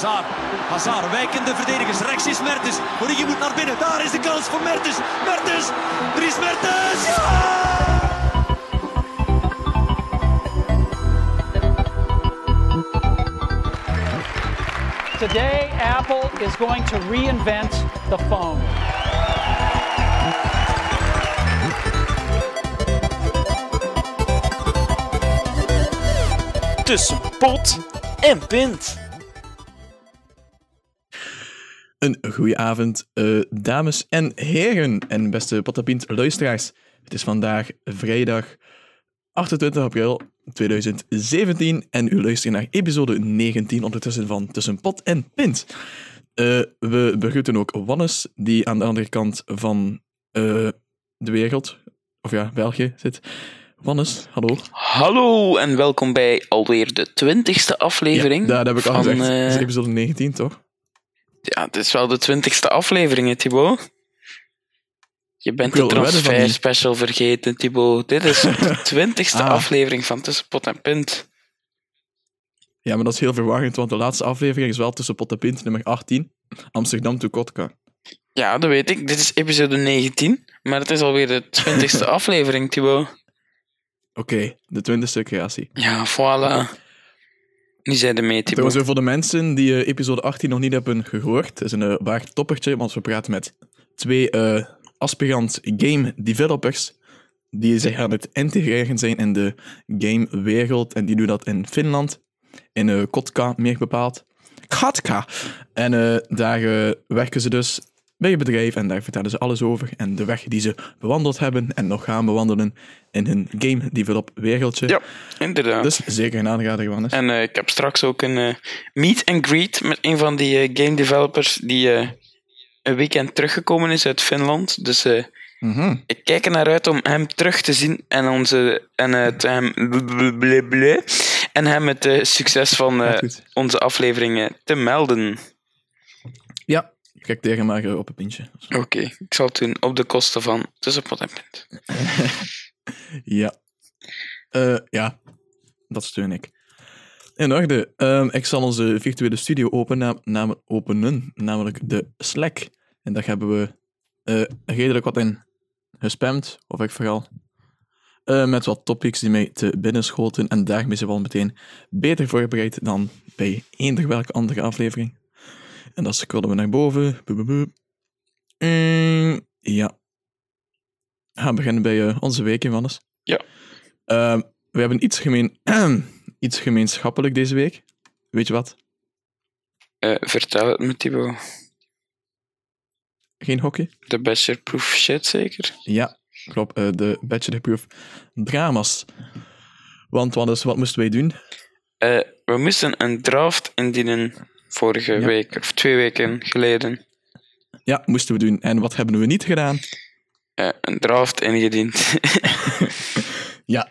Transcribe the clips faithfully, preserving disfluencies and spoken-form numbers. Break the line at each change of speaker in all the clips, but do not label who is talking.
Hazard. Hazard, wijkende verdedigers. Rechts is Mertens. Origi moet naar binnen. Daar is de kans voor Mertens. Mertens. Dries Mertens. Ja!
Today, Apple is going to reinvent the phone.
Tussen pot en pint.
Een goeie avond, uh, dames en heren en beste Pot en Pint luisteraars. Het is vandaag vrijdag achtentwintig april tweeduizend zeventien en u luistert naar episode negentien ondertussen van Tussen Pot en Pint. Uh, we begroeten ook Wannes, die aan de andere kant van uh, de wereld, of ja, België zit. Wannes, hallo.
Hallo en welkom bij alweer de twintigste aflevering.
Ja, dat heb ik al
van,
gezegd.
Uh...
Het is episode negentien, toch?
Ja, het is wel de twintigste aflevering, Thibaut. Je bent de transfer special vergeten, Thibaut. Dit is de twintigste ah. aflevering van Tussen Pot en Pint.
Ja, maar dat is heel verwarrend, want de laatste aflevering is wel Tussen Pot en Pint, nummer achttien. Amsterdam to Kotka.
Ja, dat weet ik. Dit is episode negentien, maar het is alweer de twintigste aflevering, Thibaut.
Oké, okay, de twintigste creatie.
Ja, voilà. Nu zijn de mee, Thibaut.
Trouwens, voor de mensen die uh, episode achttien nog niet hebben gehoord, het is een uh, waar toppertje, want we praten met twee uh, aspirant game developers die zich aan het integreren zijn in de gamewereld en die doen dat in Finland, in uh, Kotka meer bepaald. Kotka! En uh, daar uh, werken ze dus bij een bedrijf en daar vertellen ze alles over en de weg die ze bewandeld hebben en nog gaan bewandelen in hun game develop wereldje.
Ja, inderdaad.
Dus zeker een aanrader, Johannes.
En uh, ik heb straks ook een uh, meet and greet met een van die uh, game developers die uh, een weekend teruggekomen is uit Finland. Dus uh, mm-hmm. ik kijk er naar uit om hem terug te zien en, onze, en, uh, te hem, blablabla, en hem het uh, succes van uh, onze afleveringen te melden.
Ja. Kijk tegen maar uh, op een pintje.
Oké, okay, ik zal het doen op de kosten van Tussen Pot en Pint.
ja. Uh, ja, dat steun ik. In orde. Um, ik zal onze virtuele studio openen, nam- openen, namelijk de Slack. En daar hebben we uh, redelijk wat in gespamd, of ik vooral. Uh, met wat topics die mij te binnen schoten. En daarmee zijn we al meteen beter voorbereid dan bij eender welke andere aflevering. En dan scrollen we naar boven. Boe, boe, boe. Mm, ja. We gaan beginnen bij uh, onze week, Johannes.
Ja.
Uh, we hebben iets, gemeen, iets gemeenschappelijk deze week. Weet je wat?
Uh, vertel het me, Thibaut.
Geen hockey?
De bachelorproof shit, zeker?
Ja, klopt. Uh, de bachelorproof drama's. Want wat, is, wat moesten wij doen?
Uh, we moesten een draft indienen vorige ja. week, of twee weken geleden.
Ja, moesten we doen. En wat hebben we niet gedaan?
Uh, een draft ingediend.
ja.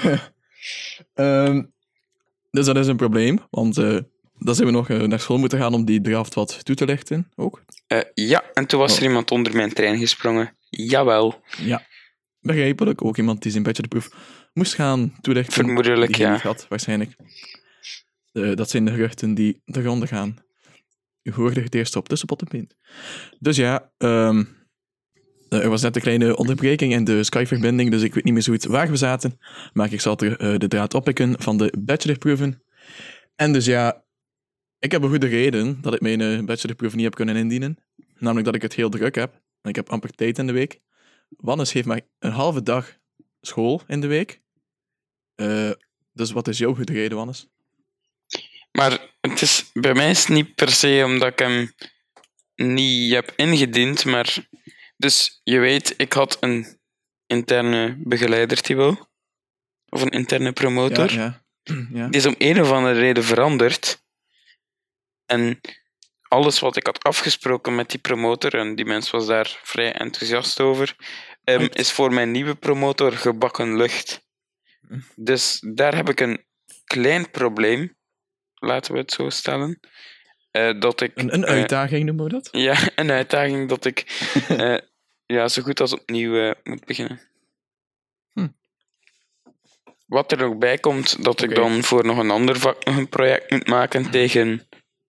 um, dus dat is een probleem, want uh, dan zijn we nog uh, naar school moeten gaan om die draft wat toe te lichten, ook.
Uh, ja, en toen was oh. er iemand onder mijn trein gesprongen. Jawel.
Ja, begrijpelijk. Ook iemand die zijn bachelorproef moest gaan toelichten.
Vermoedelijk,
die
ja.
Niet had, waarschijnlijk. Uh, dat zijn de geruchten die de ronde gaan. U hoorde het eerst op Tussen Pot en Pint. Dus ja, um, er was net een kleine onderbreking in de Skype-verbinding, dus ik weet niet meer zo goed waar we zaten. Maar ik zal er uh, de draad oppikken van de bachelorproeven. En dus ja, ik heb een goede reden dat ik mijn uh, bachelorproef niet heb kunnen indienen. Namelijk dat ik het heel druk heb. En ik heb amper tijd in de week. Wannes heeft maar een halve dag school in de week. Uh, dus wat is jouw goede reden, Wannes?
Maar het is, bij mij is het niet per se omdat ik hem niet heb ingediend, maar... Dus je weet, ik had een interne begeleider, Thibaut. Of een interne promotor.
Ja, ja. Ja.
Die is om een of andere reden veranderd. En alles wat ik had afgesproken met die promotor, en die mens was daar vrij enthousiast over, um, is voor mijn nieuwe promotor gebakken lucht. Dus daar heb ik een klein probleem. Laten we het zo stellen. Uh, dat ik,
een, een uitdaging uh, noemen we dat?
Ja, een uitdaging dat ik uh, ja, zo goed als opnieuw uh, moet beginnen. Hm. Wat er ook bij komt, dat okay. ik dan voor nog een ander vak nog een project moet maken tegen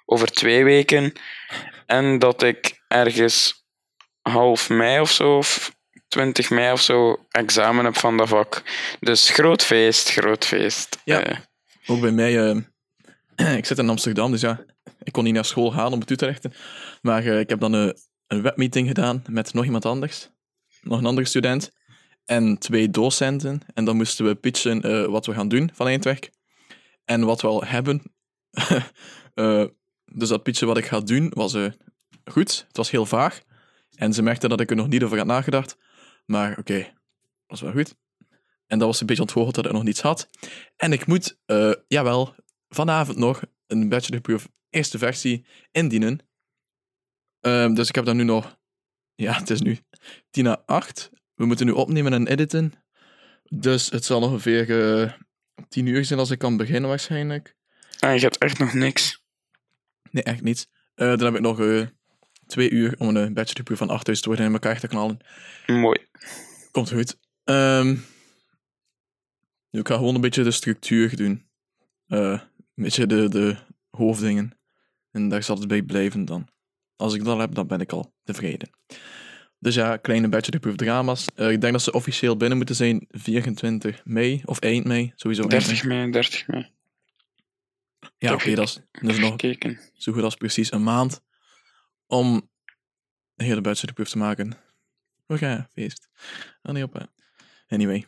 over twee weken. En dat ik ergens half mei of zo, of twintig mei of zo, examen heb van dat vak. Dus groot feest, groot feest.
Ja.
Eh,
Ook bij mij, uh, ik zit in Amsterdam, dus ja, ik kon niet naar school gaan om het toe te richten. Maar uh, ik heb dan uh, een webmeeting gedaan met nog iemand anders, nog een andere student, en twee docenten. En dan moesten we pitchen uh, wat we gaan doen van eindwerk. En wat we al hebben. uh, dus dat pitchen wat ik ga doen was uh, goed, het was heel vaag. En ze merkten dat ik er nog niet over had nagedacht. Maar oké, okay, was wel goed. En dat was een beetje ontgoocheld dat ik nog niets had. En ik moet, uh, jawel, vanavond nog een bachelorproof eerste versie indienen. Um, dus ik heb dat nu nog... Ja, het is nu tien na acht. We moeten nu opnemen en editen. Dus het zal ongeveer uh, tien uur zijn als ik kan beginnen waarschijnlijk.
en je hebt echt nog niks.
Nee, echt niet. Uh, dan heb ik nog uh, twee uur om een bachelorproof van achtduizend woorden in elkaar te knallen.
Mooi.
Komt goed. Um, nu, ik ga gewoon een beetje de structuur doen. Uh, een beetje de, de hoofddingen. En daar zal het bij blijven dan. Als ik dat al heb, dan ben ik al tevreden. Dus ja, kleine bachelorproof drama's. Uh, ik denk dat ze officieel binnen moeten zijn vierentwintig mei, of eind mei, sowieso eind
dertig mei, dertig mei.
Ja, oké, okay, dat is, dat is nog
gekeken.
Zo goed als precies een maand om een hele bachelorproof te maken. We gaan feest. Ah, nee, op. Hè. Anyway.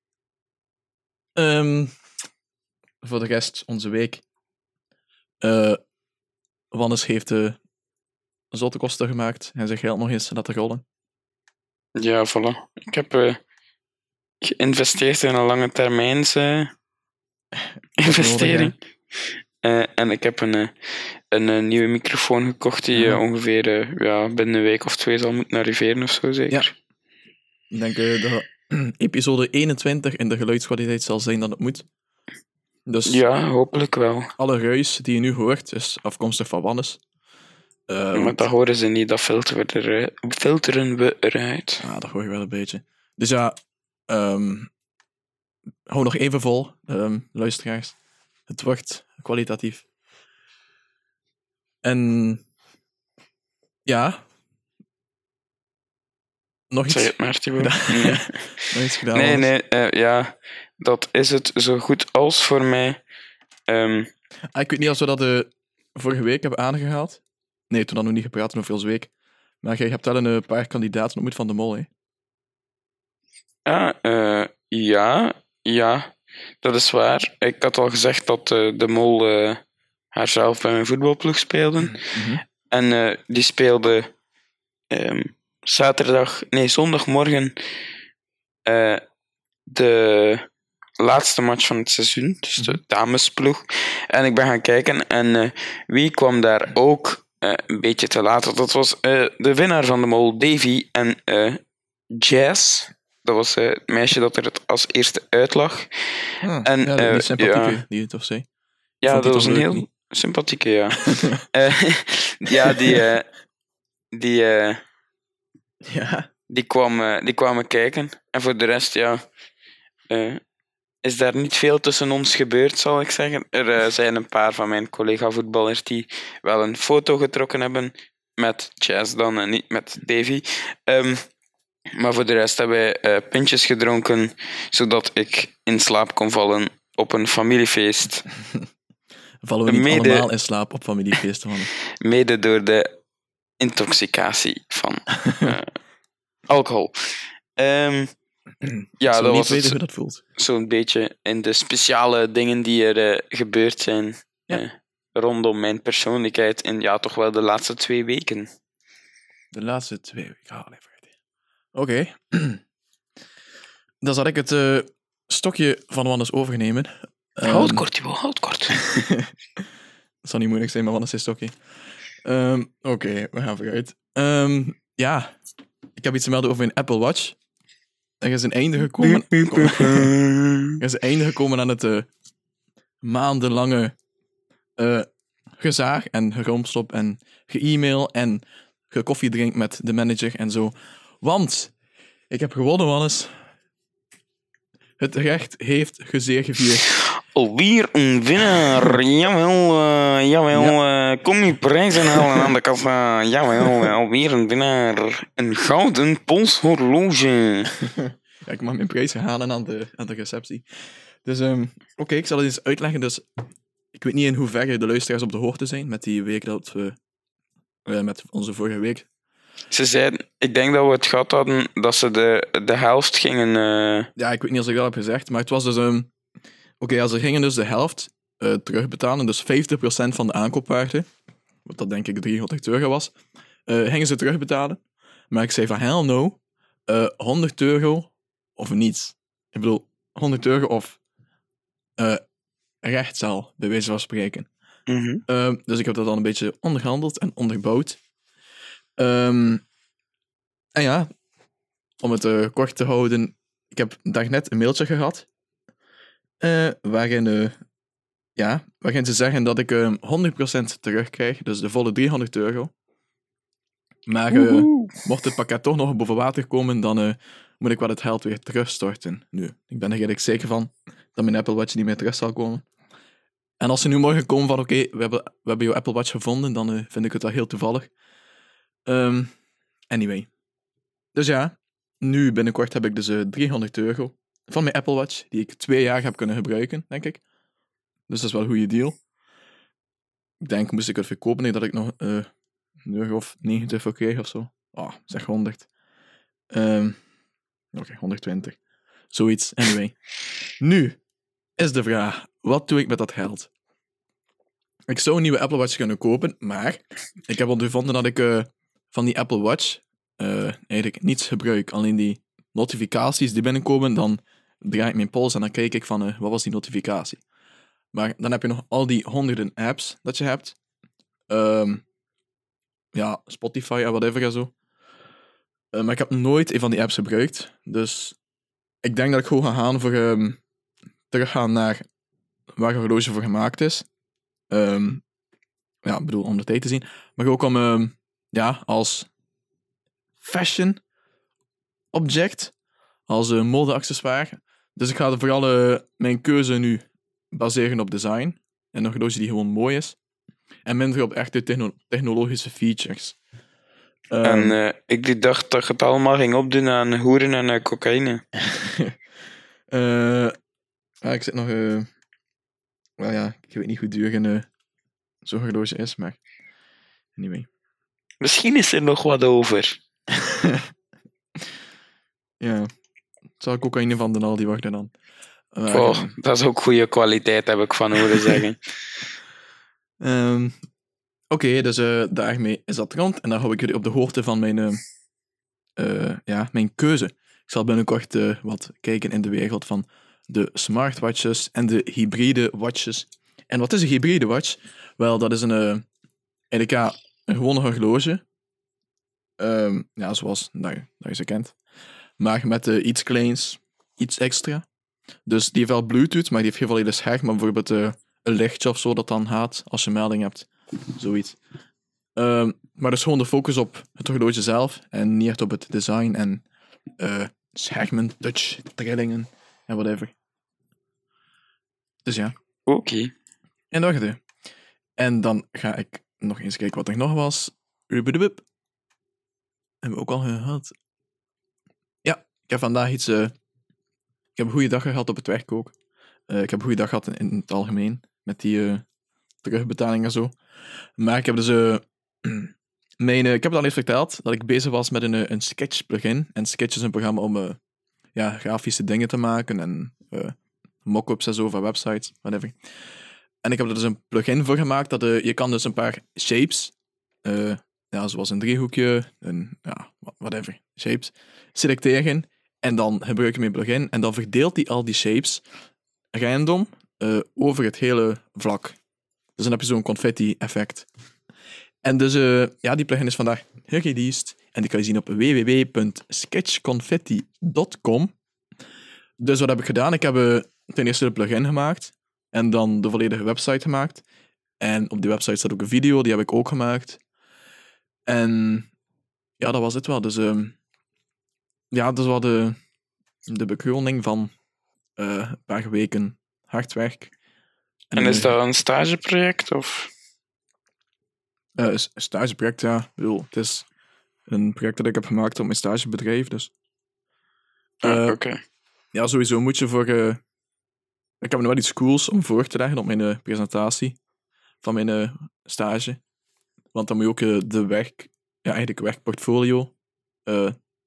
Um, voor de rest, onze week. Uh, Wannes heeft de zotte kosten gemaakt en zijn geld nog eens laten rollen.
Ja, voilà. Ik heb uh, geïnvesteerd in een lange termijns uh, investering. Uh, en ik heb een, uh, een, een nieuwe microfoon gekocht die uh, ongeveer uh, ja, binnen een week of twee zal moeten arriveren of zo, zeker.
Ja. Ik denk uh, dat episode eenentwintig in de geluidskwaliteit zal zijn dat het moet. Dus
ja, hopelijk wel.
Alle ruis die je nu hoort is afkomstig van Wannes. Uh,
maar dat horen ze niet, dat filteren we, eruit, filteren we eruit.
Ja, dat hoor je wel een beetje. Dus ja, um, hou nog even vol, um, luisteraars. Het wordt kwalitatief. En ja, nog iets.
Zeg het maar, Thibaut. Nee.
nog iets gedaan.
Nee, nee, uh, ja, dat is het zo goed als voor mij. Um,
ah, ik weet niet of we dat de vorige week hebben aangehaald. Nee, toen hadden we niet gepraat over onze week. Maar jij hebt wel een paar kandidaten ontmoet van de Mol, hè?
Ah, uh, ja, ja, dat is waar. Ik had al gezegd dat uh, de Mol uh, haarzelf bij mijn voetbalploeg speelde.
Mm-hmm.
En uh, die speelde um, zaterdag, nee, zondagmorgen uh, de laatste match van het seizoen, dus de damesploeg. En ik ben gaan kijken en uh, wie kwam daar ook uh, een beetje te laat? Dat was uh, de winnaar van de Mol, Davy, en uh, Jazz. Dat was uh, het meisje dat er het als eerste uitlag.
Ah,
en,
ja, die
uh,
sympathieke,
ja,
die het of zei.
Ja, dat was een heel
niet?
sympathieke, ja. uh, ja, die... Uh, die uh,
ja.
Die, kwam, uh, die kwamen kijken. En voor de rest, ja... Uh, is daar niet veel tussen ons gebeurd, zal ik zeggen. Er uh, zijn een paar van mijn collega-voetballers die wel een foto getrokken hebben met Jazz dan en niet met Davy. Um, maar voor de rest hebben wij uh, pintjes gedronken, zodat ik in slaap kon vallen op een familiefeest.
Vallen we niet
mede,
allemaal in slaap op familiefeesten? Van?
Mede door de intoxicatie van uh, alcohol. Um, ja,
Zo
dat
niet
was
weten
het,
hoe dat voelt.
zo'n beetje in de speciale dingen die er uh, gebeurd zijn
ja.
uh, rondom mijn persoonlijkheid in ja, toch wel de laatste twee weken.
De laatste twee weken. Oh, nee, Oké. Okay. Dan zal ik het uh, stokje van Wannes overnemen.
Um, houd kort, Thibaut, houd kort.
Dat zal niet moeilijk zijn, maar Wannes is stokje. Um, Oké, okay, we gaan vooruit. Um, ja, ik heb iets te melden over een Apple Watch. Er is een einde gekomen... er is een einde gekomen aan het uh, maandenlange uh, gezaag en geromslop en ge-e-mail en ge-koffiedrink met de manager en zo. Want ik heb gewonnen, Wannes. Het recht heeft gezegevierd.
Alweer een winnaar. Jawel, uh, jawel. Ja. Uh, kom je prijzen halen aan de kassa. Jawel, uh, alweer een winnaar. Een gouden polshorloge.
Ja, ik mag mijn prijs halen aan de, aan de receptie. Dus, um, oké, okay, ik zal het eens uitleggen. Dus, ik weet niet in hoeverre de luisteraars op de hoogte zijn met die week dat we... Uh, met onze vorige week.
Ze zeiden... Ik denk dat we het gehad hadden dat ze de, de helft gingen... Uh...
Ja, ik weet niet of ik dat heb gezegd, maar het was dus... Um, Oké, okay, ze gingen dus de helft uh, terugbetalen, dus vijftig procent van de aankoopwaarde, wat dat denk ik driehonderd euro was, uh, gingen ze terugbetalen. Maar ik zei van, hell no, uh, honderd euro of niets. Ik bedoel, honderd euro of uh, rechtszaal, bij wijze van spreken.
Mm-hmm.
Uh, dus ik heb dat dan een beetje onderhandeld en onderbouwd. Um, en ja, om het uh, kort te houden, ik heb daarnet een mailtje gehad, Uh, waarin, uh, ja, waarin ze zeggen dat ik uh, honderd procent terugkrijg, dus de volle driehonderd euro. Maar uh, mocht het pakket toch nog boven water komen, dan uh, moet ik wel het geld weer terugstorten. Nu, ik ben er eigenlijk zeker van dat mijn Apple Watch niet meer terug zal komen. En als ze nu morgen komen van oké, okay, we, hebben, we hebben jouw Apple Watch gevonden, dan uh, vind ik het wel heel toevallig. Um, anyway. Dus ja, nu binnenkort heb ik dus uh, driehonderd euro. Van mijn Apple Watch, die ik twee jaar heb kunnen gebruiken, denk ik. Dus dat is wel een goede deal. Ik denk, moest ik het verkopen, dat ik nog uh, een euro of negentig voor kreeg of zo. Ah, oh, zeg honderd. Um, Oké, okay, honderdtwintig. Zoiets, anyway. Nu is de vraag, wat doe ik met dat geld? Ik zou een nieuwe Apple Watch kunnen kopen, maar ik heb ondervonden dat ik uh, van die Apple Watch uh, eigenlijk niets gebruik. Alleen die notificaties die binnenkomen, dan draai ik mijn pols en dan kijk ik van, uh, wat was die notificatie? Maar dan heb je nog al die honderden apps dat je hebt. Um, ja, Spotify en whatever en zo. Uh, maar ik heb nooit een van die apps gebruikt. Dus ik denk dat ik gewoon ga gaan voor um, teruggaan naar waar een horloge voor gemaakt is. Um, ja, ik bedoel, om de tijd te zien. Maar ook om, um, ja, als fashion object, als uh, mode-accessoire. Dus ik ga er vooral uh, mijn keuze nu baseren op design. En een horloge die gewoon mooi is. En minder op echte techno- technologische features. Um,
en uh, ik dacht dat je het allemaal ging opdoen aan hoeren en uh, cocaïne.
uh, ja, ik zit nog... Uh, well, ja, ik weet niet hoe duur een uh, zo'n horloge is, maar... Anyway.
Misschien is er nog wat over.
Ja, het zal cocaïne van den Aldi worden dan. Uh,
oh, dat is ook goede kwaliteit, heb ik van horen zeggen.
um, Oké, okay, dus uh, daarmee is dat rond. En dan hou ik jullie op de hoogte van mijn, uh, uh, ja, mijn keuze. Ik zal binnenkort uh, wat kijken in de wereld van de smartwatches en de hybride watches. En wat is een hybride watch? Wel, dat is een, uh, eigenlijk ja, een gewone horloge. Um, ja, zoals dat je, dat je ze kent. Maar met uh, iets kleins, iets extra. Dus die heeft wel Bluetooth, maar die heeft geen volledig scherm. Maar bijvoorbeeld uh, een lichtje of zo dat dan gaat als je melding hebt. Zoiets. Um, maar dus gewoon de focus op het horloge zelf en niet echt op het design en uh, schermen, touch, trillingen en whatever. Dus ja.
Oké. Okay.
In orde. En dan ga ik nog eens kijken wat er nog was. Ubbedebup. Hebben we ook al gehad. Ja, ik heb vandaag iets... Uh, ik heb een goede dag gehad op het werk ook. Uh, ik heb een goede dag gehad in, in het algemeen. Met die uh, terugbetaling en zo. Maar ik heb dus... Uh, mijn, uh, ik heb het al eens verteld dat ik bezig was met een, uh, een Sketch plugin. En Sketch is een programma om uh, ja, grafische dingen te maken. En uh, mock-ups en zo van websites, whatever. En ik heb er dus een plugin voor gemaakt. Dat uh, je kan dus een paar shapes... Uh, ja, zoals een driehoekje, een... Ja, whatever. Shapes. Selecteren. En dan gebruik je mijn plugin. En dan verdeelt hij al die shapes random uh, over het hele vlak. Dus dan heb je zo'n confetti-effect. En dus, uh, ja, die plugin is vandaag gereleased. En die kan je zien op w w w punt sketchconfetti punt com. Dus wat heb ik gedaan? Ik heb uh, ten eerste de plugin gemaakt. En dan de volledige website gemaakt. En op die website staat ook een video, die heb ik ook gemaakt. En ja, dat was het wel. Dus uh, ja, dat was de, de bekroning van uh, een paar weken hard werk.
En is dat een stageproject? Of?
Uh, een stageproject, ja. Ik bedoel, het is een project dat ik heb gemaakt op mijn stagebedrijf. Dus.
Uh,
uh,
Oké. Okay.
Ja, sowieso moet je voor... Uh, ik heb nog wel iets cools om voor te leggen op mijn uh, presentatie van mijn uh, stage. Want dan moet je ook uh, de werk... Ja, eigenlijk werkportfolio... Uh,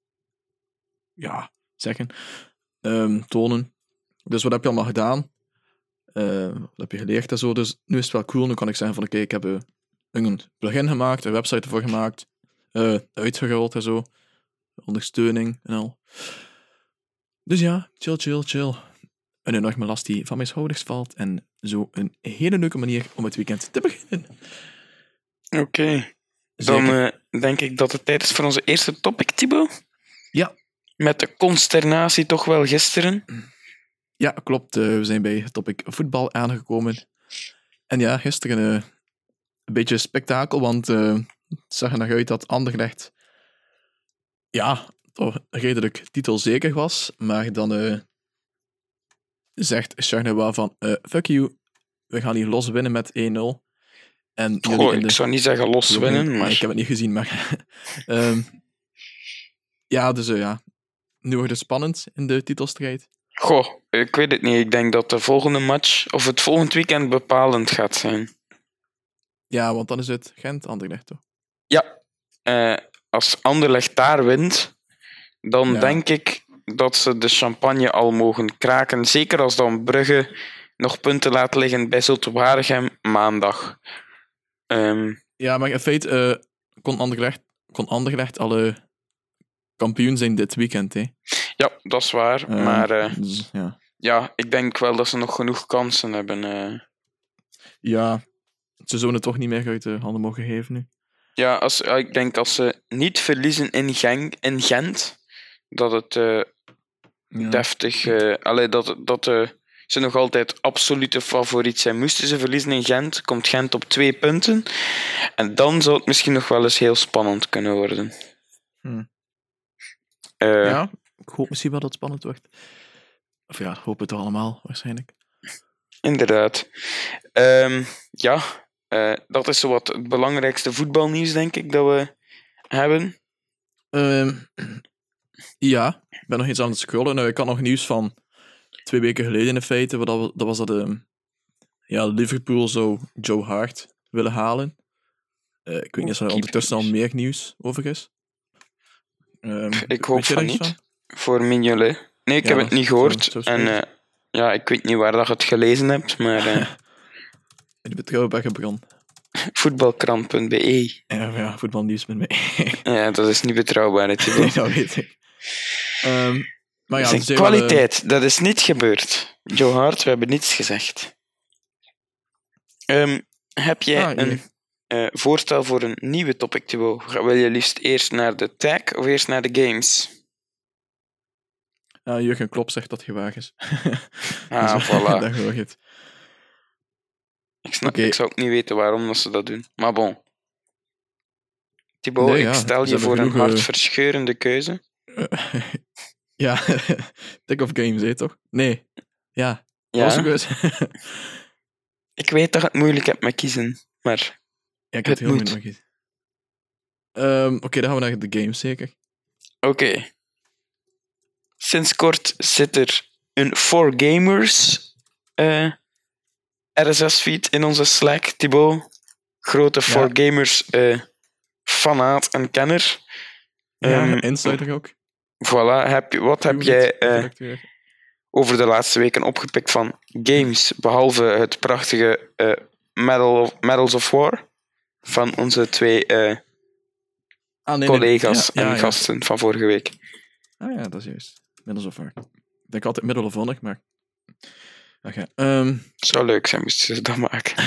ja, zeggen. Um, tonen. Dus wat heb je allemaal gedaan? Uh, wat heb je geleerd en zo. Dus nu is het wel cool. Nu kan ik zeggen van oké, okay, ik heb uh, een plugin gemaakt, een website ervoor gemaakt, uh, uitgerold en zo. Ondersteuning en al. Dus ja, chill, chill, chill. En nu nog mijn last die van mijn schouders valt. En zo een hele leuke manier om het weekend te beginnen.
Oké. Okay. Dan uh, denk ik dat het tijd is voor onze eerste topic, Thibaut.
Ja.
Met de consternatie toch wel gisteren.
Ja, klopt. Uh, we zijn bij het topic voetbal aangekomen. En ja, gisteren uh, een beetje spektakel, want uh, het zag er nog uit dat Anderlecht ja, toch redelijk titelzeker was, maar dan uh, zegt Charleroi van uh, fuck you, we gaan hier los winnen met één nul. En
Goh, ik de... zou niet zeggen los winnen, maar...
Ik heb het niet gezien, maar... um, ja, dus uh, ja. Nu wordt het spannend in de titelstrijd.
Goh, ik weet het niet. Ik denk dat de volgende match, of het volgend weekend, bepalend gaat zijn.
Ja, want dan is het Gent-Anderlecht, toch?
Ja. Uh, als Anderlecht daar wint, dan ja. denk ik dat ze de champagne al mogen kraken. Zeker als dan Brugge nog punten laat liggen bij Zulte Waregem maandag. Um,
ja, maar in feite uh, kon Anderlecht, kon Anderlecht alle kampioen zijn dit weekend, hè?
Ja, dat is waar. Uh, maar uh,
dus, ja.
ja, ik denk wel dat ze nog genoeg kansen hebben. Uh.
Ja, ze zouden het toch niet meer uit de handen mogen geven nu.
Ja, als, uh, ik denk als ze niet verliezen in, Gen- in Gent, dat het uh, ja. deftig... Uh, allee, dat, dat uh, ze nog altijd absolute favoriet zijn. Moesten ze verliezen in Gent, komt Gent op twee punten. En dan zou het misschien nog wel eens heel spannend kunnen worden.
Hm.
Uh,
ja, ik hoop misschien wel dat het spannend wordt. Of ja, hoop het allemaal, waarschijnlijk.
Inderdaad. Um, ja, uh, dat is zowat het belangrijkste voetbalnieuws, denk ik, dat we hebben.
Um, ja, ik ben nog iets aan het scrollen. Nou, ik had nog nieuws van twee weken geleden in feite. Dat was dat um, ja, Liverpool zou Joe Hart willen halen. Uh, ik weet niet of er ondertussen al meer nieuws over is. Um,
ik hoop van niet. Van? Voor Mignolet. Nee, ik ja, heb het niet gehoord. Zo, zo en uh, ja, ik weet niet waar dat je het gelezen hebt, maar... Uh,
in de betrouwbare bron.
voetbalkrant punt be.
Ja, ja voetbalnieuws punt be.
Ja, dat is niet betrouwbaar, het
nee, dat weet ik. Um, maar ja,
dus kwaliteit, wel, uh... dat is niet gebeurd. Joe Hart, we hebben niets gezegd. Um, heb jij ah, een uh, voorstel voor een nieuwe topic, Thibaut? Wil je liefst eerst naar de tag of eerst naar de games?
Ja, Jurgen Klopp zegt dat gewaagd is.
Ah,
dus,
voilà.
Dat hoor je het.
Ik, snap, okay. ik zou ook niet weten waarom dat ze dat doen. Maar bon. Thibaut, nee, ja, ik stel je voor een hartverscheurende keuze.
Uh, ja, Tag of Games, hè, toch? Nee. Ja.
ja. Ik weet dat je het moeilijk hebt met kiezen, maar
ja, ik heb het heel moeilijk met kiezen. Um, Oké, okay, dan gaan we naar de games, zeker?
Oké. Okay. Sinds kort zit er een For Gamers uh, R S S-feed in onze Slack. Thibaut, grote ja. For Gamers uh, fanaat en kenner.
Ja, um, insider ook.
Voilà, heb je, wat heb jij uh, over de laatste weken opgepikt van games, behalve het prachtige uh, Medal of, Medals of War van onze twee uh, ah, nee, collega's nee. Ja, en ja, gasten ja. van vorige week?
Ah ja, dat is juist. Medals of War. Ik denk altijd Medal of Honor, maar... Okay. Um...
Het zou leuk zijn, moesten ze dat maken.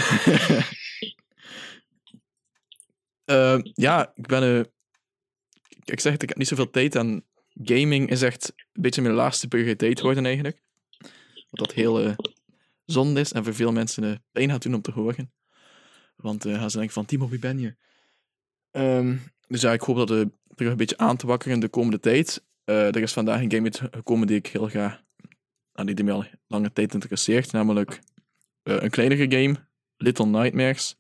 uh, ja, ik ben... Uh... Ik zeg het, ik heb niet zoveel tijd en gaming is echt een beetje mijn laatste prioriteit geworden eigenlijk. Wat dat heel uh, zonde is en voor veel mensen uh, pijn gaat doen om te horen. Want uh, gaan ze denken van, Timo, wie ben je? Um, dus ja, ik hoop dat het uh, terug een beetje aan te wakkeren de komende tijd. Uh, er is vandaag een game gekomen die ik heel graag, uh, die me al lange tijd interesseert, namelijk uh, een kleinere game, Little Nightmares.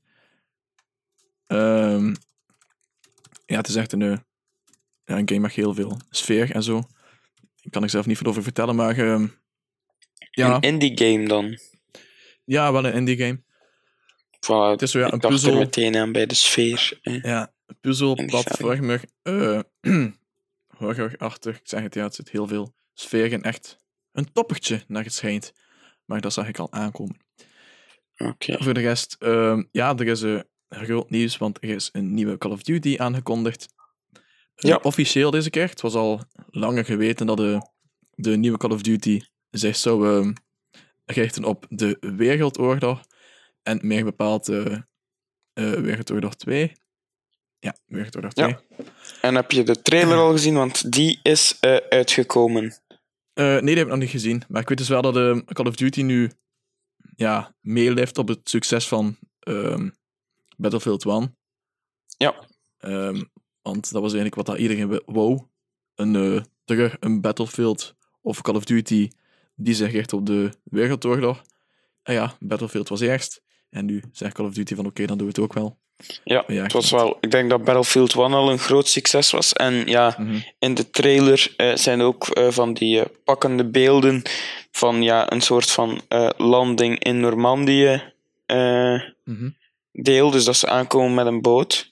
Um, ja, het is echt een, uh, ja, een game met heel veel sfeer en zo. Ik kan er zelf niet veel over vertellen, maar... Uh, ja.
Een indie game dan?
Ja, wel een indie game.
Voilà,
het is zo, ja,
ik
een
dacht
puzzel...
er meteen aan bij de sfeer. Eh.
Ja, een puzzel, platformer, uh, horrorachtig. Ik zeg het, ja, het zit heel veel sfeer in. Echt een toppertje, naar het schijnt. Maar dat zag ik al aankomen.
Oké. Okay.
Voor de rest, uh, ja, er is uh, groot nieuws, want er is een nieuwe Call of Duty aangekondigd. Uh,
ja.
Officieel deze keer. Het was al langer geweten dat de, de nieuwe Call of Duty zich zou uh, richten op de Wereldoorlog. En meer bepaald uh, uh, Wereldoorlog twee. Ja, Wereldoorlog twee.
Ja. En heb je de trailer al gezien? Want die is uh, uitgekomen.
Uh, nee, die heb ik nog niet gezien. Maar ik weet dus wel dat uh, Call of Duty nu ja, meeleeft op het succes van um, Battlefield één.
Ja.
Um, want dat was eigenlijk wat dat iedereen wou. Een, uh, terug een Battlefield of Call of Duty die zich richt op de Wereldoorlog. En ja, Battlefield was eerst. En nu zegt Call of Duty van oké, okay, dan doen we het ook wel.
Ja, ja, het was wel... Ik denk dat Battlefield één al een groot succes was. En ja, mm-hmm. in de trailer uh, zijn ook uh, van die uh, pakkende beelden van ja, een soort van uh, landing in Normandië uh, mm-hmm. deel. Dus dat ze aankomen met een boot.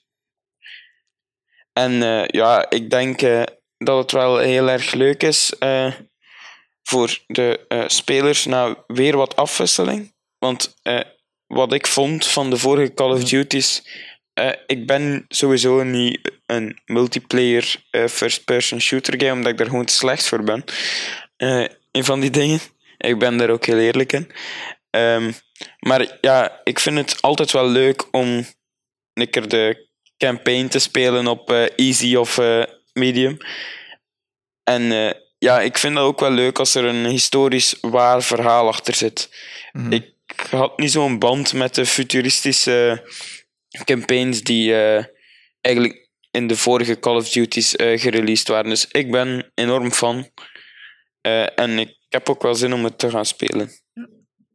En uh, ja, ik denk uh, dat het wel heel erg leuk is uh, voor de uh, spelers. Nou, weer wat afwisseling. Want... Uh, wat ik vond van de vorige Call of Duty's... Uh, ik ben sowieso niet een multiplayer uh, first-person shooter game, omdat ik daar gewoon te slecht voor ben. Uh, een van die dingen. Ik ben daar ook heel eerlijk in. Um, maar ja, ik vind het altijd wel leuk om een keer de campaign te spelen op uh, easy of uh, medium. En uh, ja, ik vind dat ook wel leuk als er een historisch waar verhaal achter zit. Mm-hmm. Ik Ik had niet zo'n band met de futuristische campaigns die uh, eigenlijk in de vorige Call of Duty's uh, gereleased waren. Dus ik ben enorm fan. Uh, en ik heb ook wel zin om het te gaan spelen.
Ja.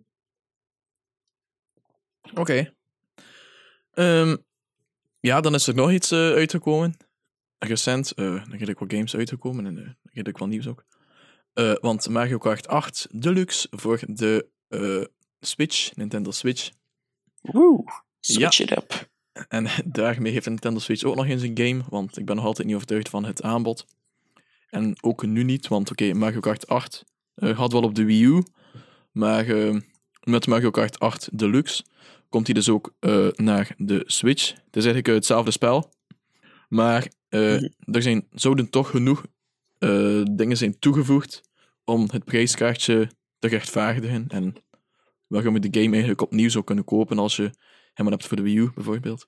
Oké. Okay. Um, ja, dan is er nog iets uh, uitgekomen. Recent. Uh, dan zijn er ook wel games uitgekomen. En uh, dan zijn er ook wel nieuws ook. Uh, want Mario Kart acht Deluxe voor de... Uh, Switch, Nintendo Switch.
Woe, switch
ja.
it up.
En daarmee heeft Nintendo Switch ook nog eens een game, want ik ben nog altijd niet overtuigd van het aanbod. En ook nu niet, want oké, okay, Mario Kart acht uh, had wel op de Wii U, maar uh, met Mario Kart acht Deluxe komt hij dus ook uh, naar de Switch. Het is eigenlijk uh, hetzelfde spel, maar uh, mm-hmm. er zijn, zouden toch genoeg uh, dingen zijn toegevoegd om het prijskaartje te rechtvaardigen en waarom je de game eigenlijk opnieuw zou kunnen kopen als je hem hebt voor de Wii U, bijvoorbeeld.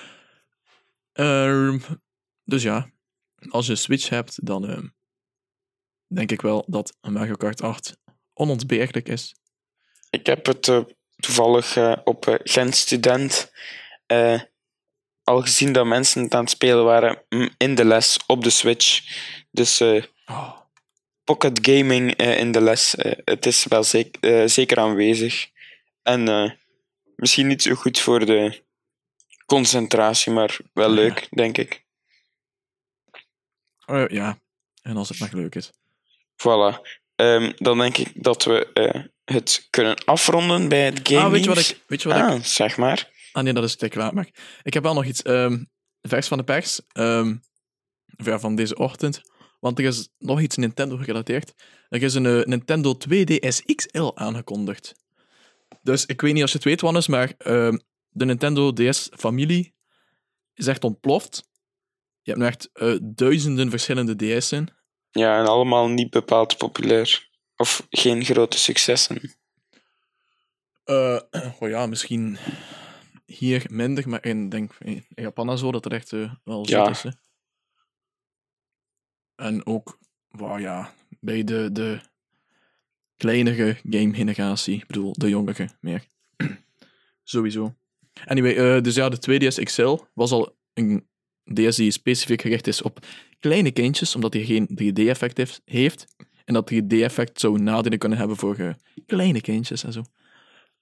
Uh, dus ja, als je Switch hebt, dan uh, denk ik wel dat Mario Kart acht onontbeerlijk is.
Ik heb het uh, toevallig uh, op uh, Gent Student uh, al gezien dat mensen het aan het spelen waren in de les op de Switch. Dus uh, oh. pocket gaming uh, in de les, uh, het is wel zeker, uh, zeker aanwezig. En uh, misschien niet zo goed voor de concentratie, maar wel leuk, ja. denk ik.
Uh, ja, en als het nog leuk is.
Voilà. Um, dan denk ik dat we uh, het kunnen afronden bij het game.
Ah, weet je wat ik... Weet je wat
ah,
ik...
zeg maar.
Ah nee, dat is te kwaad, maar ik heb wel nog iets um, vers van de pers. Um, ver van deze ochtend. Want er is nog iets Nintendo gerelateerd. Er is een uh, Nintendo twee D S X L aangekondigd. Dus ik weet niet als je het weet, Wannes, maar uh, de Nintendo D S-familie is echt ontploft. Je hebt nu echt uh, duizenden verschillende D S'en.
Ja, en allemaal niet bepaald populair. Of geen grote successen.
Uh, oh ja, misschien hier minder, maar ik denk in Japan en zo dat het echt uh, wel zo
ja.
is. Hè. En ook, wow, ja, bij de, de kleinere game-generatie, ik bedoel, de jongere meer. Sowieso. Anyway, uh, dus ja, de twee D S X L was al een D S die specifiek gericht is op kleine kindjes, omdat hij geen drie D-effect heeft. En dat drie D-effect zou nadelen kunnen hebben voor uh, kleine kindjes en zo.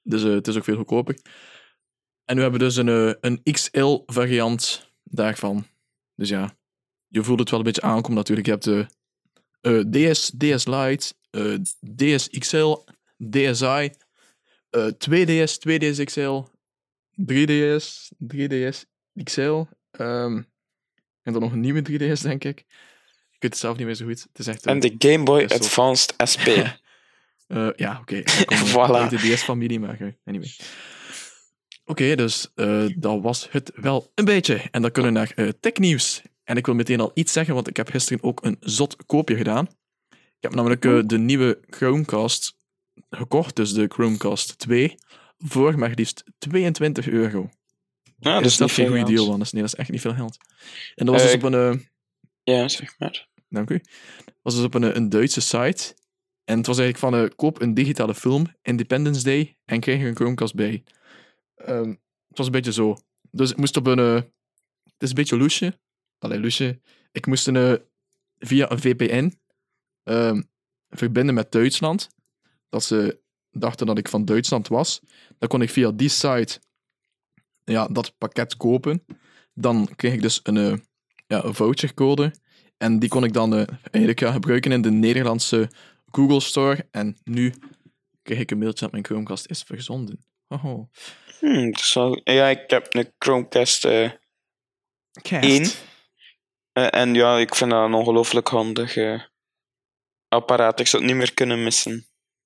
Dus uh, het is ook veel goedkoper. En we hebben dus een, uh, een X L-variant daarvan. Dus ja, je voelt het wel een beetje aankomen natuurlijk. Je hebt de uh, D S, D S Lite, uh, D S X L, D S I, uh, twee D S, twee D S X L, drie D S, drie D S X L. Um, en dan nog een nieuwe drie D S, denk ik. Ik weet het zelf niet meer zo goed. Het is echt, uh,
en de Game Boy Advanced S P.
uh, ja, oké. Okay.
Voilà.
De D S-familie, maar uh, anyway. Oké, okay, dus uh, dat was het wel een beetje. En dan kunnen we naar uh, technieuws. En ik wil meteen al iets zeggen, want ik heb gisteren ook een zot koopje gedaan. Ik heb namelijk uh, de nieuwe Chromecast gekocht, dus de Chromecast twee, voor maar liefst tweeëntwintig euro.
Ja, dat is,
is dat
geen
goede deal, want nee, dat is echt niet veel geld. En dat was uh, dus op een... Uh,
ja, zeg maar.
Dank u. Dat was dus op een, een Duitse site. En het was eigenlijk van, uh, koop een digitale film, Independence Day, en krijg je een Chromecast bij. Um, het was een beetje zo. Dus ik moest op een... Uh, het is een beetje loesje. Allee, loesje. Ik moest een, uh, via een V P N um, verbinden met Duitsland. Dat ze dachten dat ik van Duitsland was. Dan kon ik via die site ja, dat pakket kopen. Dan kreeg ik dus een, uh, ja, een vouchercode. En die kon ik dan uh, eigenlijk ja, gebruiken in de Nederlandse Google Store. En nu kreeg ik een mailtje dat mijn Chromecast is verzonden. Oh.
Hmm, dus wel, ja, ik heb een Chromecast uh, één. Uh, en ja, ik vind dat een ongelooflijk handig uh, apparaat. Ik zou het niet meer kunnen missen.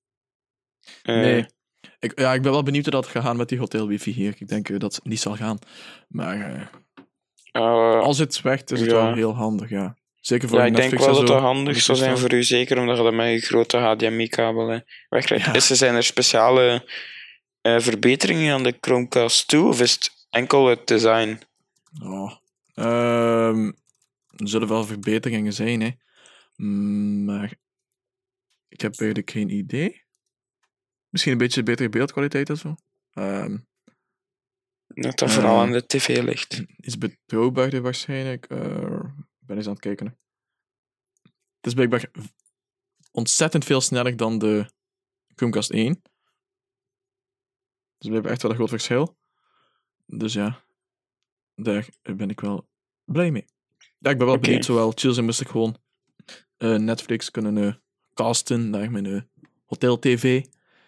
Uh,
nee. Ik, ja, ik ben wel benieuwd hoe dat gaat gaan met die hotel wifi hier. Ik denk uh, dat het niet zal gaan. Maar uh, uh, als het werkt, is het ja. wel heel handig, ja. Zeker voor
ja,
Netflix.
Ik denk wel dat
zo,
dat handig zou zijn voor u, zeker omdat je dat met je grote H D M I-kabel wegkrijgt. Ja. Is er, zijn er speciale uh, verbeteringen aan de Chromecast twee, of is het enkel het design?
Oh. Um, er zullen wel verbeteringen zijn, hè. Maar ik heb eigenlijk geen idee. Misschien een beetje betere beeldkwaliteit of zo. Um,
dat dat vooral uh, aan de tv ligt.
Is betrouwbaarder waarschijnlijk. Uh, ik ben eens aan het kijken. Hè. Het is blijkbaar ontzettend veel sneller dan de Chromecast één. Dat is blijkbaar echt wel een groot verschil. Dus ja, daar ben ik wel blij mee. Ja, ik ben wel okay. benieuwd. Zowel Chills en moest ik gewoon uh, Netflix kunnen uh, casten naar mijn uh, hotel-tv.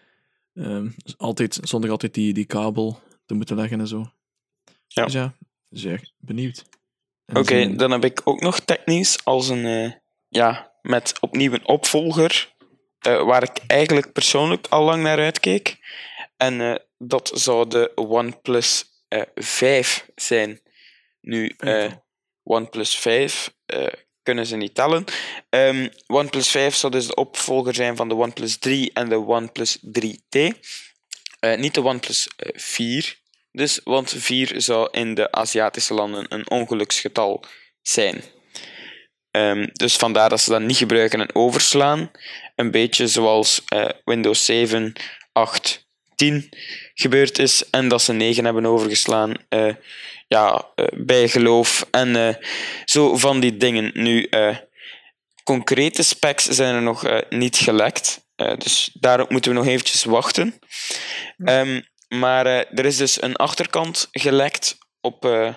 Um, dus altijd, zonder altijd die, die kabel te moeten leggen en zo.
Ja.
Dus ja, zeer benieuwd.
Oké, okay, dan heb ik ook nog technisch als een... Uh, ja, met opnieuw een opvolger, uh, waar ik eigenlijk persoonlijk al lang naar uitkeek. En uh, dat zou de OnePlus uh, vijf zijn. Nu, uh, OnePlus vijf uh, kunnen ze niet tellen. Um, OnePlus vijf zou dus de opvolger zijn van de OnePlus drie en de OnePlus drie T. Uh, niet de OnePlus uh, vier, dus, want vier zou in de Aziatische landen een ongeluksgetal zijn. Um, dus vandaar dat ze dat niet gebruiken en overslaan. Een beetje zoals uh, Windows zeven, acht, tien gebeurd is en dat ze negen hebben overgeslaan. Uh, ja, uh, bijgeloof en uh, zo van die dingen. Nu, uh, concrete specs zijn er nog uh, niet gelekt. Uh, dus daarop moeten we nog eventjes wachten. Um, maar uh, er is dus een achterkant gelekt op uh,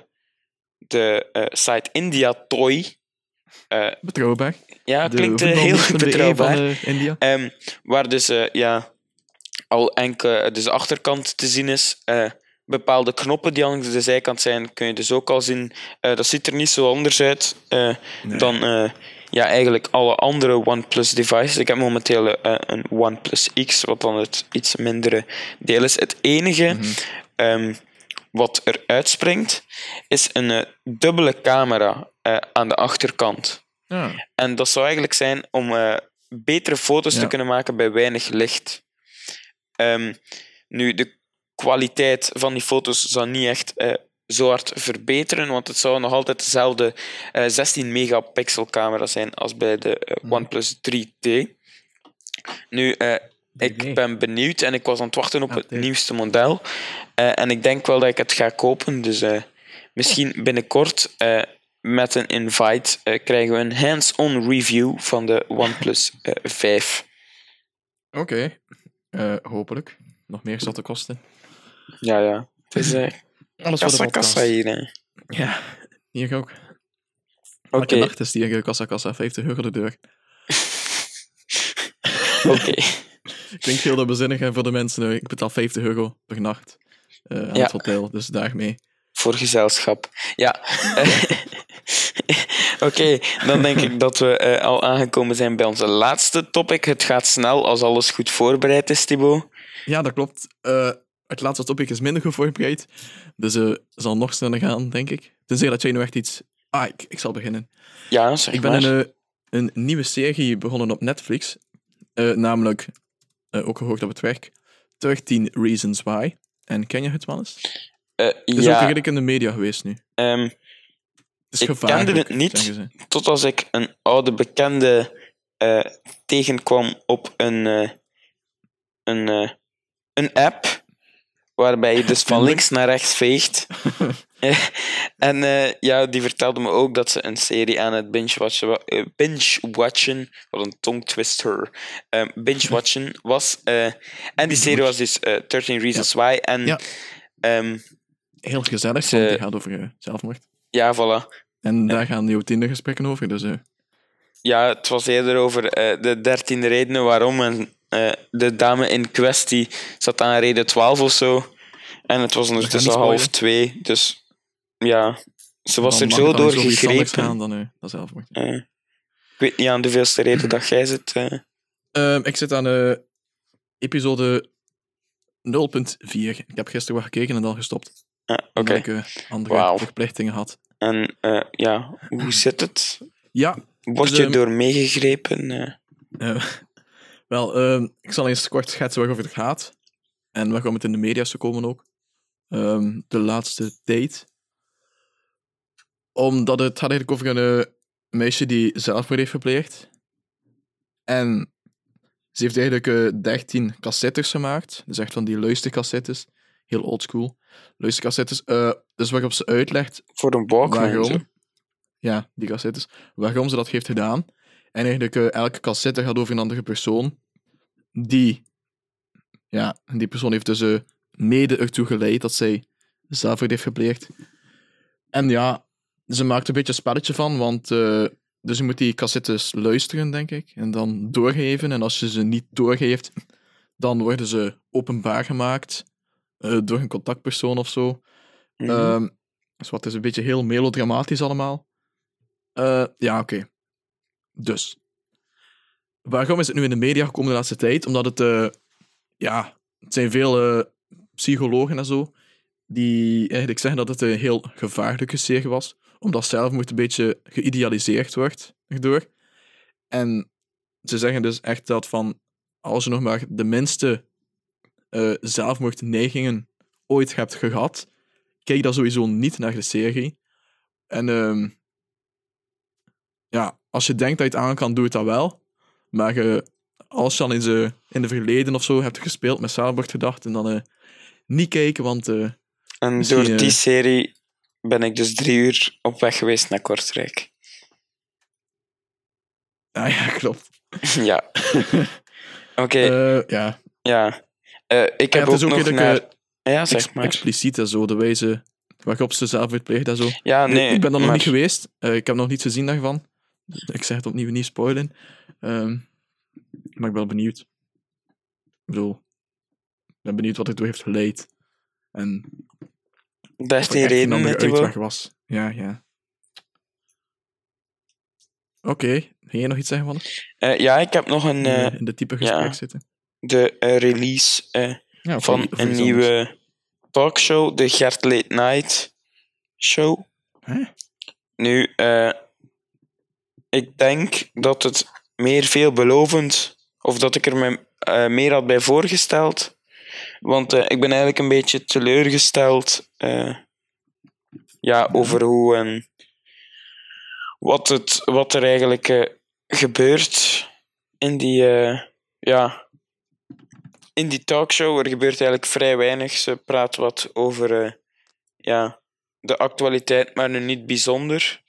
de uh, site India Toy. Uh,
betrouwbaar.
Ja, klinkt uh, heel betrouwbaar. Van, uh, India. Um, waar dus uh, ja, al enkel dus de achterkant te zien is. Uh, bepaalde knoppen die aan de zijkant zijn, kun je dus ook al zien. Uh, dat ziet er niet zo anders uit uh, nee. dan uh, ja, eigenlijk alle andere OnePlus devices. Ik heb momenteel uh, een OnePlus X, wat dan het iets mindere deel is. Het enige mm-hmm. um, wat er uitspringt, is een uh, dubbele camera uh, aan de achterkant. Ja. En dat zou eigenlijk zijn om uh, betere foto's ja. te kunnen maken bij weinig licht. Um, nu, de kwaliteit van die foto's zou niet echt uh, zo hard verbeteren, want het zou nog altijd dezelfde uh, zestien megapixel camera zijn als bij de uh, OnePlus drie T. Nu, uh, ik ben benieuwd en ik was aan het wachten op het nieuwste model. Uh, en ik denk wel dat ik het ga kopen, dus uh, misschien binnenkort uh, met een invite uh, krijgen we een hands-on review van de OnePlus uh, vijf.
Oké, okay. uh, hopelijk. nog meer zotte kosten.
Ja, ja. Het is uh,
Alles voor de
kassa
podcast.
kassa hier. Hè.
Ja, hier ook.
Oké.
Elke nacht is die kassa kassa, vijftig euro de deur.
Oké.
Klinkt heel bezinnig hè, voor de mensen. uh, Ik betaal vijftig euro per nacht uh, aan
Ja.
het hotel, dus daarmee.
Voor gezelschap. Ja. Oké, okay, dan denk ik dat we uh, al aangekomen zijn bij onze laatste topic. Het gaat snel als alles goed voorbereid is, Thibaut.
Ja, dat klopt. Uh, het laatste topic is minder goed voorbereid. Dus het uh, zal nog sneller gaan, denk ik. Tenzij dat jij nu echt iets... Ah, ik, ik zal beginnen.
Ja, zeg
Ik ben
maar.
een, uh, een nieuwe serie begonnen op Netflix. Uh, namelijk, uh, ook gehoord op het werk, dertien Reasons Why. En ken je het wel eens?
Uh,
Het is
ja,
ook redelijk in de media geweest nu.
Um,
Het is
ik
gevaarlijk,
kende het niet,
zeggen ze.
tot als ik een oude bekende uh, tegenkwam op een, uh, een, uh, een app, waarbij je dus van links naar rechts veegt. En uh, ja, die vertelde me ook dat ze een serie aan het binge-watchen wa- uh, binge-watchen, wat een tongtwister, uh, binge-watchen was. Uh, en die serie was dus uh, dertien Reasons
Ja.
Why. En
Ja.
um,
Heel gezellig,
Ze-
want die gaat over uh, zelfmoord.
ja, voilà.
En daar gaan jouw Tinder-gesprekken over, dus... Uh,
Ja, het was eerder over uh, de dertien redenen waarom. En uh, de dame in kwestie zat aan reden twaalf of zo. En het was ondertussen
niet
half
spoilen.
twee. Dus ja, ze was
dan
er
mag
zo
het dan
door
eens over iets anders
gegrepen.
gaan dan, uh, dan zelfmoord.
Uh, ik weet niet aan de veelste reden dat jij zit. Uh.
Um, ik zit aan uh, episode nul punt vier. Ik heb gisteren wat gekeken en dan gestopt.
Ah, Oké.
Omdat ik uh, andere
Wauw.
verplichtingen had.
En uh, ja, hoe zit het?
Ja,
Word
Dus,
je
um,
door meegegrepen? Uh?
uh, wel, um, ik zal eens kort schetsen waarover het gaat. En waarom het in de media is gekomen ook. Um, de laatste tijd. Omdat het gaat eigenlijk over een uh, meisje die zelfmoord heeft gepleegd. En ze heeft eigenlijk uh, dertien cassettes gemaakt. Dus echt van die luistercassettes. Heel oldschool. Luistercassettes. Uh, dus waarop ze uitlegt
Voor een Walkman. zo.
waarom. Ja, die cassettes. Waarom ze dat heeft gedaan. En eigenlijk uh, elke cassette gaat over een andere persoon. Die... Ja, en die persoon heeft dus uh, mede ertoe geleid dat zij zelfmoord heeft gepleegd. En ja, ze maakt een beetje een spelletje van, want... Uh, dus je moet die cassettes luisteren, denk ik. En dan doorgeven. En als je ze niet doorgeeft, dan worden ze openbaar gemaakt. Uh, door een contactpersoon of zo.
Mhm.
Um, dus wat is een beetje heel melodramatisch allemaal. Uh, ja, oké. Okay. Dus. Waarom is het nu in de media gekomen de laatste tijd? Omdat het... Uh, ja, het zijn veel uh, psychologen en zo die eigenlijk zeggen dat het een heel gevaarlijke serie was. Omdat zelfmoord een beetje geïdealiseerd wordt erdoor. En ze zeggen dus echt dat van... Als je nog maar de minste uh, zelfmoordneigingen ooit hebt gehad, kijk dan sowieso niet naar de serie. En um, ja, als je denkt dat je het aan kan, doe het dat wel. Maar uh, als je dan in, ze, in de verleden of zo hebt gespeeld met zelfmoordgedachten, dan uh, niet kijken, want... Uh,
En
misschien,
door die
uh,
serie ben ik dus drie uur op weg geweest naar Kortrijk.
ah ja, klopt.
Ja. Oké, okay,
Uh, ja.
ja. Uh, ik
Ja,
heb
het is
ook
ook
nog
redelijk,
naar...
uh,
Ja,
Ex-
zeg maar.
expliciet en zo, de wijze waarop ze zelfmoord pleegt en zo.
Ja,
Nu,
nee,
ik ben er nog
maar...
niet geweest. Uh, ik heb nog niets gezien daarvan. Ik zeg het opnieuw, niet spoilen. Um, maar ik ben wel benieuwd. Ik bedoel, ik ben benieuwd wat het door heeft geleid. En
Dat is
of er
die
echt een
reden,
andere
met die
uitweg was. Ja, ja. Oké, okay. Ging jij nog iets zeggen van het?
uh, Ja, ik heb nog een... Uh,
in de type gesprek
ja,
zitten.
de uh, release uh,
Ja,
van
voor, voor
een nieuwe anders. talkshow, de Gert Late Night Show.
Huh?
Nu, uh, ik denk dat het meer veelbelovend, of dat ik er me uh, meer had bij voorgesteld. Want uh, ik ben eigenlijk een beetje teleurgesteld uh, ja, over hoe en wat, het, wat er eigenlijk uh, gebeurt in die, uh, ja, in die talkshow. Er gebeurt eigenlijk vrij weinig. Ze praat wat over uh, ja, de actualiteit, maar nu niet bijzonder.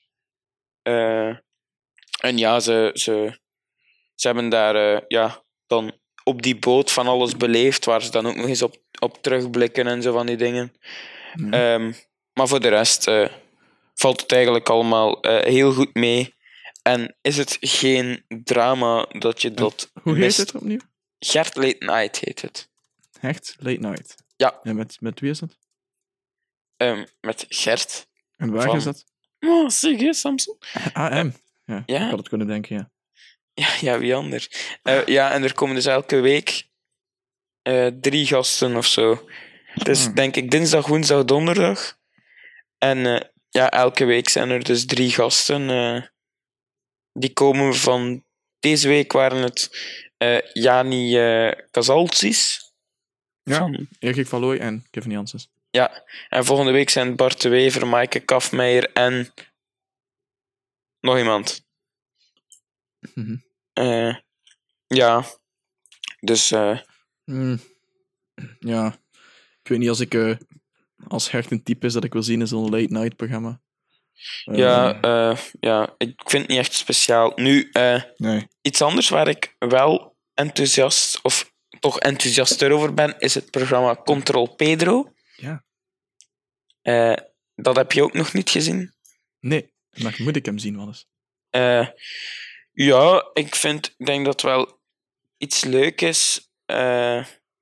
Uh, en ja, ze, ze, ze hebben daar uh, ja, dan op die boot van alles beleefd, waar ze dan ook nog eens op, op terugblikken en zo van die dingen.
Mhm.
Um, maar voor de rest uh, valt het eigenlijk allemaal uh, heel goed mee. En is het geen drama dat je dat
Hoe heet
mist.
het opnieuw?
Gert Late Night heet het.
Echt? Late Night.
Ja.
En met, met wie is dat?
Um, met Gert.
En waar
Van-
is dat?
Oh, zeg je, Samson?
A M. Ja,
Ja?
ik had het kunnen denken, ja.
Ja, ja, wie anders? Uh, ja, en er komen dus elke week uh, drie gasten of zo. Dus
Hmm.
denk ik dinsdag, woensdag, donderdag. En uh, ja, elke week zijn er dus drie gasten. Uh, die komen van... Deze week waren het uh, Jani uh, Casalcis.
Ja.
Van,
Erik van Looy en Kevin Janssens.
ja, en volgende week zijn Bart de Wever, Maaike Kafmeijer en... Nog iemand.
Mhm.
Uh, ja, dus... Uh,
Hmm. Ja. Ik weet niet als ik uh, als Gert een type is dat ik wil zien in zo'n late night programma. Uh,
Ja, uh, ja, ik vind het niet echt speciaal. Nu, uh,
Nee.
iets anders waar ik wel enthousiast, of toch enthousiaster over ben, is het programma Control Pedro.
Ja.
Uh, dat heb je ook nog niet gezien.
Nee, maar moet ik hem zien wel eens.
Uh, ja, ik vind, ik denk dat het wel iets leuk is. Uh,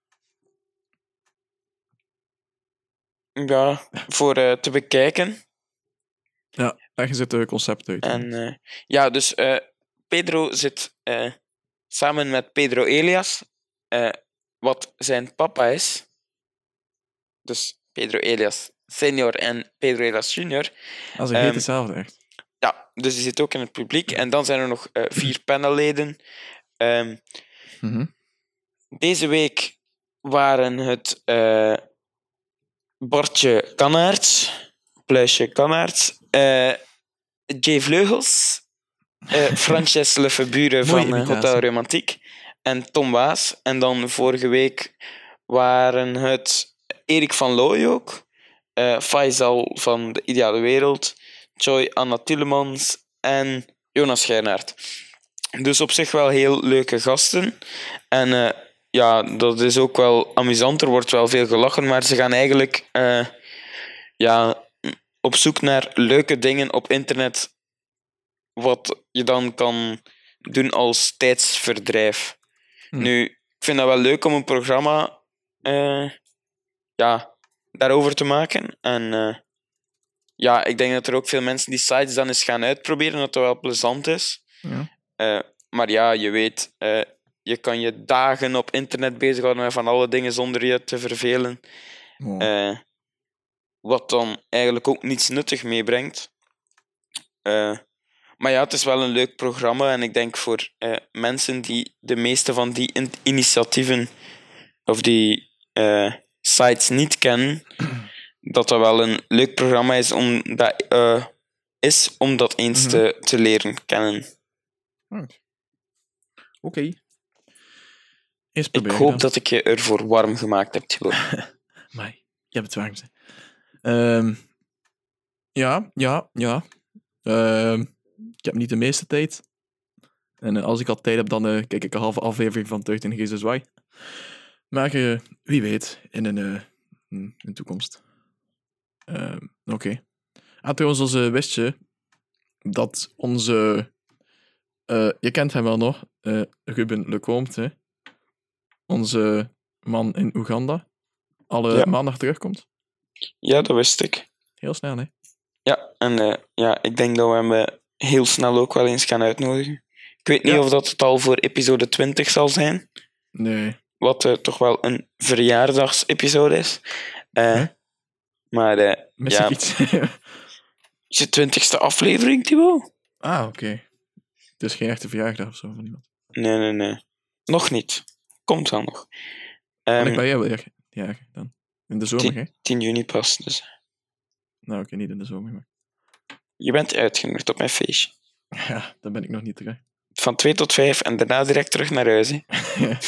ja, voor uh, te bekijken.
Ja, daar zit het concept uit.
En uh, ja, dus uh, Pedro zit uh, samen met Pedro Elias, uh, wat zijn papa is. Dus Pedro Elias senior en Pedro Elias junior.
Als een
um,
heet hetzelfde, echt.
Ja, dus die zit ook in het publiek. En dan zijn er nog uh, vier panelleden. Um,
Mm-hmm.
Deze week waren het uh, Bartje Kanaerts, Pluisje Kanaerts, uh, Jay Vleugels, uh, Frances Lefebure van uh, Hotel Romantiek en Tom Waas. En dan vorige week waren het Erik van Looy ook, uh, Faisal van De Ideale Wereld, Joy Anna Tillemans en Jonas Geirnaert. Dus op zich wel heel leuke gasten. En uh, ja, dat is ook wel amusant. Er wordt wel veel gelachen, maar ze gaan eigenlijk uh, ja, op zoek naar leuke dingen op internet wat je dan kan doen als tijdsverdrijf. Hmm. Nu, ik vind dat wel leuk om een programma uh, ja, daarover te maken. En uh, ja, ik denk dat er ook veel mensen die sites dan eens gaan uitproberen, dat dat wel plezant is.
Ja.
Uh, maar ja, je weet, uh, je kan je dagen op internet bezighouden met van alle dingen zonder je te vervelen.
Oh.
Uh, wat dan eigenlijk ook niets nuttig meebrengt. Uh, maar ja, het is wel een leuk programma en ik denk voor uh, mensen die de meeste van die in- initiatieven of die uh, sites niet kennen, dat dat wel een leuk programma is om dat, uh, is om dat eens mm-hmm. te, te leren kennen.
Right. Oké. Okay.
Ik hoop dan. dat ik je ervoor warm gemaakt heb, Thibaut.
Maar je hebt het warm gezegd. Um, ja, ja, ja. Um, ik heb niet de meeste tijd. En uh, als ik al tijd heb, dan uh, kijk ik een halve aflevering van Tucht in de Geest Zwaai. Maar uh, wie weet, in een, uh, in de toekomst. Um, Oké. Okay. Ah, trouwens, onze wist je dat onze... Uh, je kent hem wel nog, uh, Ruben Lecomte, hè? Onze man in Oeganda, alle ja. maandag terugkomt.
Ja, dat wist ik.
Heel snel, hè?
Ja, en uh, ja, ik denk dat we hem uh, heel snel ook wel eens gaan uitnodigen. Ik weet niet ja. of dat het al voor episode twintig zal zijn.
Nee.
Wat uh, toch wel een verjaardagsepisode is. Uh, huh? Maar uh,
Mis
ja...
ik iets?
Is de twintigste aflevering, Thibaut?
Ah, oké. Okay. Het is geen echte verjaardag of zo van iemand.
Nee, nee, nee. Nog niet. Komt wel nog.
Um, ik ben jij wel erg. Ja, dan. In de zomer, hè?
tien juni pas, dus.
Nou, oké, okay, niet in de zomer, maar...
Je bent uitgenodigd op mijn feestje.
Ja, dan ben ik nog niet terug.
Van twee tot vijf en daarna direct terug naar huis, hè.
Ja.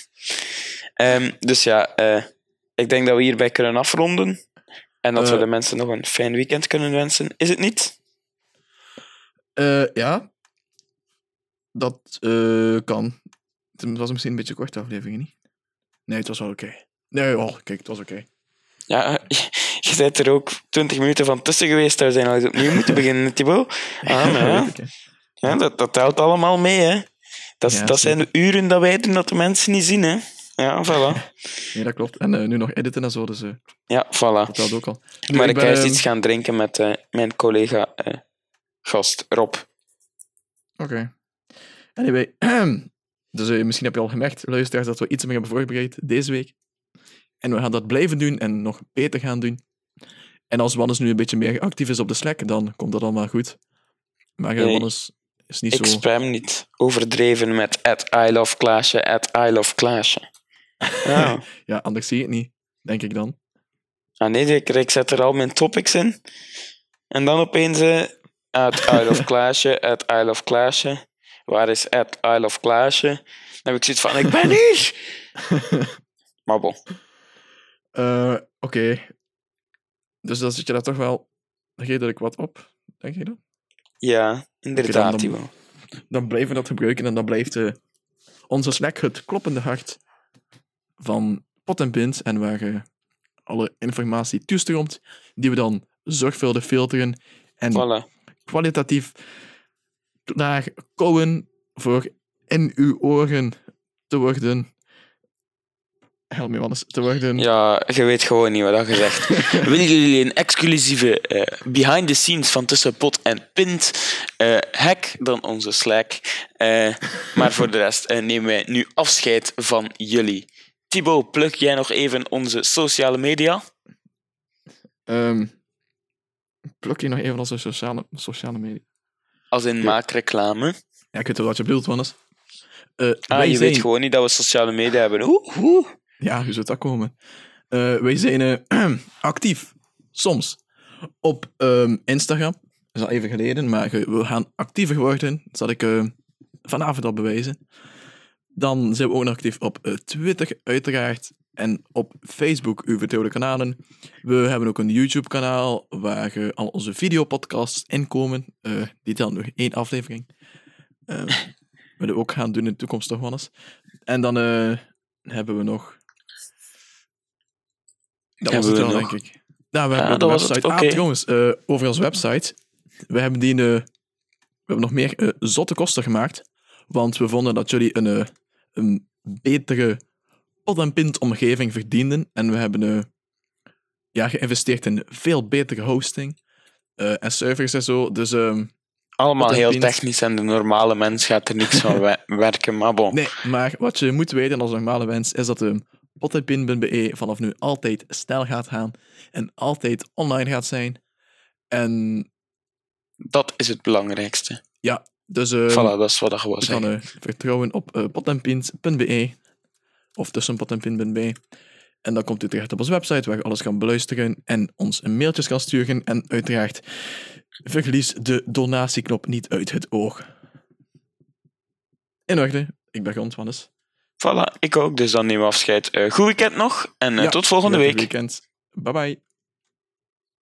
um, dus ja, uh, ik denk dat we hierbij kunnen afronden. En dat uh, we de mensen nog een fijn weekend kunnen wensen. Is het niet?
Uh, ja. Dat uh, kan. Het het was misschien een beetje korte aflevering, niet? Nee, het was wel oké. Okay. Nee, oh, kijk, het was oké. Okay.
Ja, je bent er ook twintig minuten van tussen geweest. Daar zijn we eens opnieuw moeten beginnen, Thibaut. Ah, maar ja. Ja, dat, dat telt allemaal mee, hè. Dat, ja, dat zijn de uren dat wij doen dat de mensen niet zien, hè. Ja, voilà.
Nee, dat klopt. En uh, nu nog editen en zo, dus... Uh,
ja, voilà.
Dat telt ook al.
Nu, maar ik ga eens iets gaan drinken met uh, mijn collega uh, gast Rob.
Oké. Okay. Anyway, dus uh, misschien heb je al gemerkt, luisteraars, dat we iets meer hebben voorbereid deze week. En we gaan dat blijven doen en nog beter gaan doen. En als Wannes nu een beetje meer actief is op de Slack, dan komt dat allemaal goed. Maar uh, nee, Wannes is niet
ik
zo...
Ik spam niet overdreven met at I love Klaasje, at I love Klaasje. Ja.
Ja, anders zie je het niet, denk ik dan.
Ah nee, zeker. Ik zet er al mijn topics in. En dan opeens uh, at I love Klaasje, at I love Klaasje. Waar is at I love Klaasje? Dan heb ik zoiets van, ik ben niet! Maar bon.
Uh, Oké. Okay. Dus dan zit je daar toch wel redelijk wat op, denk je dan?
Ja, inderdaad.
Okay, dan, dan, dan blijven we dat gebruiken en dan blijft uh, onze Slack het kloppende hart van pot en pint en waar uh, alle informatie toestroomt, die we dan zorgvuldig filteren en
voilà.
kwalitatief daar kouwen voor in uw oren te worden. Help me, Wannes, te worden.
Ja, je weet gewoon niet wat je zegt. Willen jullie een exclusieve uh, behind the scenes van tussen pot en pint? Uh, hack dan onze Slack. Uh, maar voor de rest uh, nemen wij nu afscheid van jullie. Thibaut, plug jij nog even onze sociale media?
Um, plug je nog even onze sociale, sociale media?
Als in
ja.
maak reclame.
Ja, ik weet wel wat je bedoelt, Wannes. Uh,
ah, je
zijn...
weet gewoon niet dat we sociale media hebben. Oeh, oeh.
Ja, hoe zou dat komen? Uh, wij zijn uh, actief, soms, op um, Instagram. Dat is al even geleden, maar we gaan actiever worden. Dat zal ik uh, vanavond al bewijzen. Dan zijn we ook nog actief op uh, Twitter, uiteraard. En op Facebook, uw vertrouwde kanalen. We hebben ook een YouTube-kanaal waar uh, al onze videopodcasts in komen. Uh, die tellen nog één aflevering. Uh, willen we ook gaan doen in de toekomst, toch, Wannes? En dan uh, hebben we nog... Dat was het wel, denk ik. Nou, we hebben
ja,
een website.
Okay.
Ah, trouwens, uh, over onze website. We hebben die... Uh, we hebben nog meer uh, zotte kosten gemaakt. Want we vonden dat jullie een, uh, een betere pot en pint omgeving verdienden. En we hebben uh, ja, geïnvesteerd in veel betere hosting. Uh, en servers en zo. Dus... Um,
Allemaal heel pint. Technisch en de normale mens gaat er niks van we- werken, maar bon.
Nee, maar wat je moet weten als normale mens is dat... Um, pot en pint punt b e vanaf nu altijd snel gaat gaan en altijd online gaat zijn. En...
Dat is het belangrijkste.
Ja, dus... Uh,
voilà, dat is wat ik wil
zeggen.
zeggen.
Je kan uh, vertrouwen op uh, pot en pint punt b e of tussen pot en pint punt b e. En dan komt u terecht op onze website waar je alles kan beluisteren en ons een mailtjes kan sturen. En uiteraard, verlies de donatieknop niet uit het oog. In orde, ik ben Gont, Wannes.
Voilà, ik ook. Dus dan nemen we afscheid. Uh, goed weekend nog en uh,
ja,
tot volgende week.
Weekend. Bye bye.